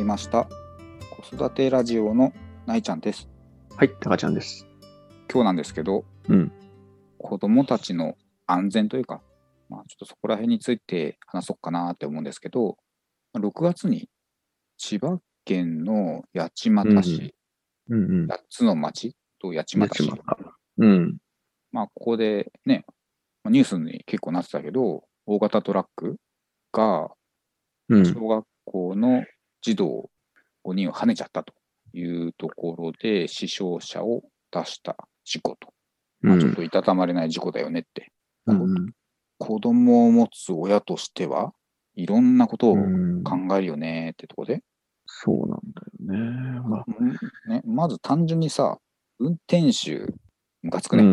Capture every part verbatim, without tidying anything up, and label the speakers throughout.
Speaker 1: ました子育てラジオのないちゃんです。
Speaker 2: はい、たかちゃんです。
Speaker 1: 今日なんですけど、
Speaker 2: うん、
Speaker 1: 子供たちの安全というか、まあ、ちょっとそこら辺について話そうかなって思うんですけど、ろくがつに千葉県の八街市、
Speaker 2: うん、うん。
Speaker 1: やっつの町と八
Speaker 2: や
Speaker 1: 街市、
Speaker 2: っちまった。うん、
Speaker 1: まあ、ここでね、ニュースに結構なってたけど、大型トラックが
Speaker 2: うん、
Speaker 1: 小学校の児童ごにんを跳ねちゃったというところで死傷者を出した事故と、まあ、ちょっといたたまれない事故だよねって、
Speaker 2: うん、
Speaker 1: 子供を持つ親としてはいろんなこと
Speaker 2: う
Speaker 1: を
Speaker 2: ん。
Speaker 1: 考えるよねってとこで、
Speaker 2: そうなんだよね。まあ、
Speaker 1: うんね、まず単純にさ、運転手ムカつくね。
Speaker 2: うん。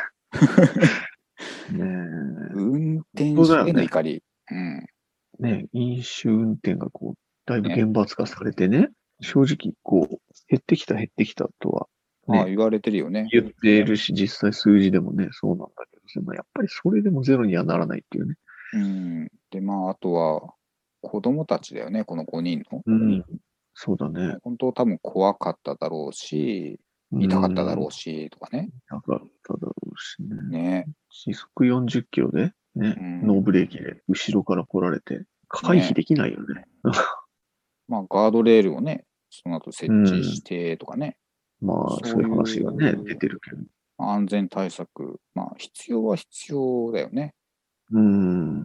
Speaker 2: ねえ、
Speaker 1: 運転手への
Speaker 2: そうだよね。
Speaker 1: 怒り。うん。
Speaker 2: ねえ、飲酒運転がこう、だいぶ
Speaker 1: ね、
Speaker 2: 厳罰化されてね、正直、こう、減ってきた減ってきたとは、ね、
Speaker 1: ああ言われてるよね。
Speaker 2: 言っているし、実際数字でもね、そうなんだけど、でもやっぱりそれでもゼロにはならないっていうね。
Speaker 1: うん。で、まあ、あとは子供たちだよね、このごにんの。
Speaker 2: うん。そうだね。
Speaker 1: 本当多分怖かっただろうし、
Speaker 2: う
Speaker 1: 痛かっただろ
Speaker 2: ん。
Speaker 1: うし、とかね。
Speaker 2: なかっただろうしね。
Speaker 1: ね。
Speaker 2: 時速よんじゅっキロで、ね、
Speaker 1: うん。
Speaker 2: ノーブレーキで後ろから来られて、回避
Speaker 1: ね。
Speaker 2: できないよね。
Speaker 1: まあ、ガードレールをね、その後設
Speaker 2: う
Speaker 1: 置し
Speaker 2: ん。
Speaker 1: てとかね。
Speaker 2: まあ、そういう
Speaker 1: そうい
Speaker 2: 話がね、出
Speaker 1: う
Speaker 2: てるけど。
Speaker 1: 安全対策、まあ、必要は必要だよね。
Speaker 2: うん。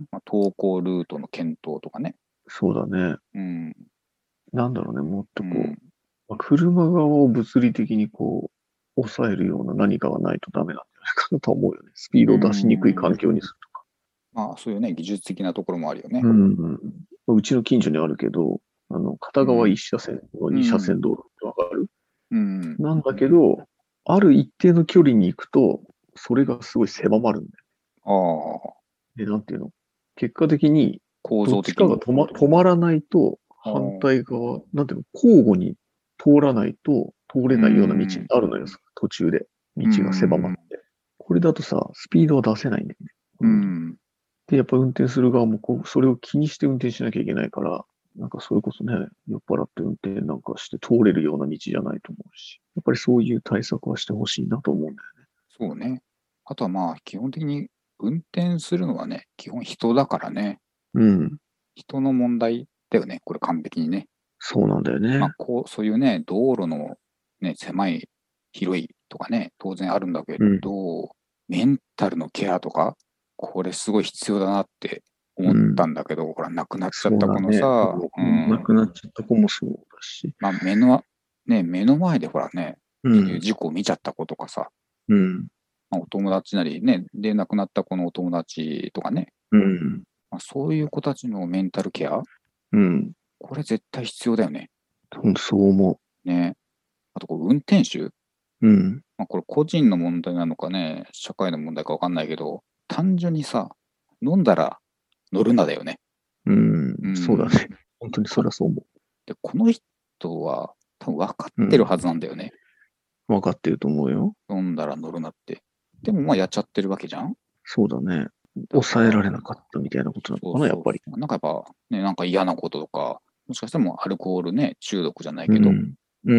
Speaker 1: まあ、登校ルートの検討とかね。
Speaker 2: そうだね。
Speaker 1: うん。
Speaker 2: なんだろうね、もっとこ
Speaker 1: うん。
Speaker 2: う、まあ車側を物理的にこう、抑えるような何かがないとダメなんじゃないかなと思うよね。スピー
Speaker 1: う
Speaker 2: ドを出しにくい
Speaker 1: ん。
Speaker 2: 環境にするとか。
Speaker 1: まあ、そういうね、技術的なところもあるよね。
Speaker 2: うん。うちの近所にあるけど、あの、片側一車線の二車線道路ってわかる？
Speaker 1: うん。
Speaker 2: なんだけど、ある一定の距離に行くと、それがすごい狭まるんだよ。
Speaker 1: ああ、
Speaker 2: で、なんていうの？結果的に、
Speaker 1: 構
Speaker 2: どっちかが
Speaker 1: 造的に。
Speaker 2: 止ま止まらないと、
Speaker 1: ああ、
Speaker 2: 反対側、なんていうの、交互に通らないと通れ
Speaker 1: う
Speaker 2: ないような道に
Speaker 1: ん。
Speaker 2: なるのよ、途中で。道
Speaker 1: う
Speaker 2: が狭まっ
Speaker 1: ん。
Speaker 2: て。これだとさ、スピードは出せないんだよね。
Speaker 1: う
Speaker 2: うん。
Speaker 1: ん。
Speaker 2: で、やっぱ運転する側もこう、それを気にして運転しなきゃいけないから、なんかそれこそね、酔っ払って運転なんかして通れるような道じゃないと思うし、やっぱりそういう対策はしてほしいなと思うんだよね。
Speaker 1: そうね。あとはまあ、基本的に運転するのはね、基本人だからね。
Speaker 2: うん。
Speaker 1: 人の問題だよね、これ完璧にね。
Speaker 2: そうなんだよ
Speaker 1: まあ、
Speaker 2: ね。
Speaker 1: こう、そういうね、道路のね、狭い、広いとかね、当然あるんだけ
Speaker 2: うん。
Speaker 1: ど、メンタルのケアとか、これすごい必要だなって思っ
Speaker 2: うん。
Speaker 1: たんだけど、ほら、亡くなっちゃった
Speaker 2: そうだね。
Speaker 1: このさ、
Speaker 2: も
Speaker 1: う
Speaker 2: う亡
Speaker 1: ん、
Speaker 2: くなっちゃった子もそうだし。
Speaker 1: まあ、目の、ね、目の前でほらね、っていう
Speaker 2: うん。
Speaker 1: 事故を見ちゃった子とかさ、
Speaker 2: うん。
Speaker 1: まあ、お友達なりね、で、亡くなった子のお友達とかね、
Speaker 2: うん。
Speaker 1: まあ、そういう子たちのメンタルケア、
Speaker 2: うん。
Speaker 1: これ絶対必要だよね。
Speaker 2: ほんとそう思
Speaker 1: ね。あとこう、運転手、
Speaker 2: う。うん。
Speaker 1: まあ、これ個人の問題なのかね、社会の問題かわかんないけど、単純にさ、飲んだら乗るなだよね。
Speaker 2: う
Speaker 1: う
Speaker 2: ん。そうだ
Speaker 1: ん。
Speaker 2: ね。本当にそ
Speaker 1: こ
Speaker 2: りゃそう思
Speaker 1: で、この人は多分分か
Speaker 2: う。うん。
Speaker 1: ってるはずなんだよね。
Speaker 2: 分かってると思うよ。
Speaker 1: 飲んだら乗るなって。でもまあやっちゃってるわけじゃん。
Speaker 2: そうだね。
Speaker 1: だから、
Speaker 2: 抑えられなかったみたいなことなのかな、やっ
Speaker 1: そうそう
Speaker 2: ぱり。
Speaker 1: そう。なんかやっぱ、ね、なんか嫌なこととか、もしかしてもアルコールね、中毒じゃないけど、
Speaker 2: うん。うん。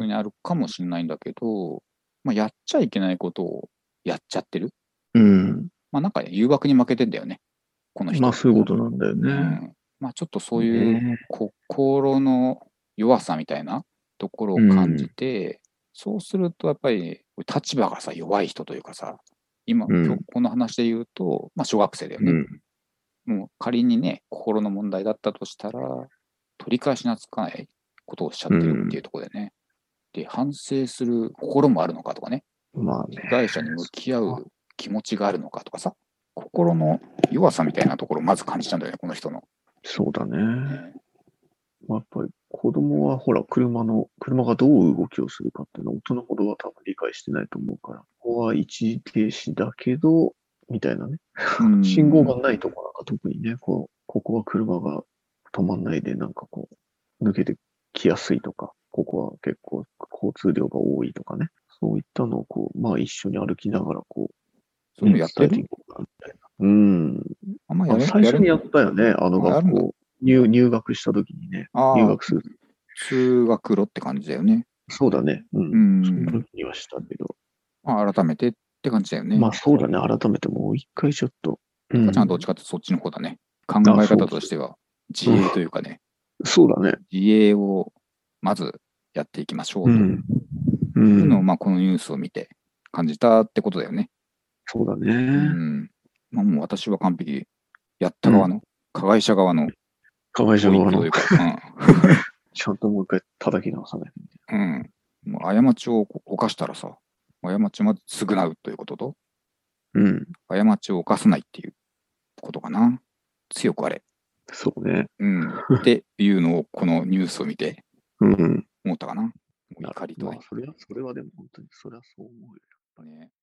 Speaker 1: そういうのあるかもしれないんだけど、まあ、やっちゃいけないことをやっちゃってる。
Speaker 2: うん。
Speaker 1: まあなんか誘惑に負けてんだよね、この人。
Speaker 2: まあそういうことなんだよね。
Speaker 1: うん。まあちょっとそういう
Speaker 2: ね
Speaker 1: 心の弱さみたいなところ
Speaker 2: え。
Speaker 1: を感じ
Speaker 2: うん。
Speaker 1: て、そうするとやっぱり立場がさ、弱い人というかさ、今、今日
Speaker 2: うん。
Speaker 1: この話で言うと、まあ小学生だよね。
Speaker 2: うん。
Speaker 1: もう仮にね、心の問題だったとしたら、取り返しのつかないことをしちゃっ
Speaker 2: う
Speaker 1: てるっていう
Speaker 2: ん。
Speaker 1: ところでね。で、反省する心もあるのかとかね。
Speaker 2: まあね。
Speaker 1: 被害者に向き合う気持ちがあるのかとかさ。心の弱さみたいなところをまず感じたんだよね、この人の。
Speaker 2: そうだね。
Speaker 1: ね、
Speaker 2: まあ、やっぱり子供はほら、車の、車がどう動きをするかっていうのは大人ほどは多分理解してないと思うから、ここは一時停止だけど、みたいなね。
Speaker 1: うん。
Speaker 2: 信号がないとこなんか特にね、こう、ここは車が止まんないでなんかこう、抜けてきやすいとか、ここは結構交通量が多いとかね。そういったのをこう、まあ一緒に歩きながらこう、
Speaker 1: そういうのやってる
Speaker 2: 伝えていこうかなみたいな。うん。
Speaker 1: あんまや
Speaker 2: あ、
Speaker 1: れやれ
Speaker 2: 最初にやったよね、あの
Speaker 1: あ、やるんだ。
Speaker 2: 学校。 入入学した時にね、入
Speaker 1: ああ、
Speaker 2: 学する。
Speaker 1: 通学路って感じだよね。
Speaker 2: そうだね。う。
Speaker 1: うん
Speaker 2: その
Speaker 1: ん。
Speaker 2: 時にはしたけど。
Speaker 1: まあ、改めてって感じだよ
Speaker 2: ま
Speaker 1: ね。
Speaker 2: あそうだね。改めてもう一回ちょっと。う
Speaker 1: タカちゃんはどっ
Speaker 2: ん。
Speaker 1: ちかってそっちの方だね。考
Speaker 2: あ、
Speaker 1: え方
Speaker 2: そう
Speaker 1: としては、自
Speaker 2: うん
Speaker 1: 衛というかね、
Speaker 2: そうだね。
Speaker 1: 自衛をまずやっていきましょうと
Speaker 2: うん。う
Speaker 1: いうのを、
Speaker 2: ん。
Speaker 1: まあ、このニュースを見て感じたってことだよね。
Speaker 2: そうだ
Speaker 1: う
Speaker 2: ね。
Speaker 1: ん。まあ、もう私は完璧、やった
Speaker 2: うん。
Speaker 1: 側の、加害者側の
Speaker 2: 加害者
Speaker 1: ご一
Speaker 2: 側の、
Speaker 1: 挙というか、
Speaker 2: ちゃんともう一回叩き直さない。
Speaker 1: うん。うん。もう過ちを犯したらさ、過ちまで償うということと、
Speaker 2: うん。
Speaker 1: 過ちを犯さないっていうことかな。強くあれ。
Speaker 2: そうね。
Speaker 1: うん。っていうのを、このニュースを見て
Speaker 2: うん。
Speaker 1: 思ったかな。もう
Speaker 2: なる
Speaker 1: 怒りとね。
Speaker 2: まあ、それは、それはでも本当に、それはそう思うよ。
Speaker 1: ね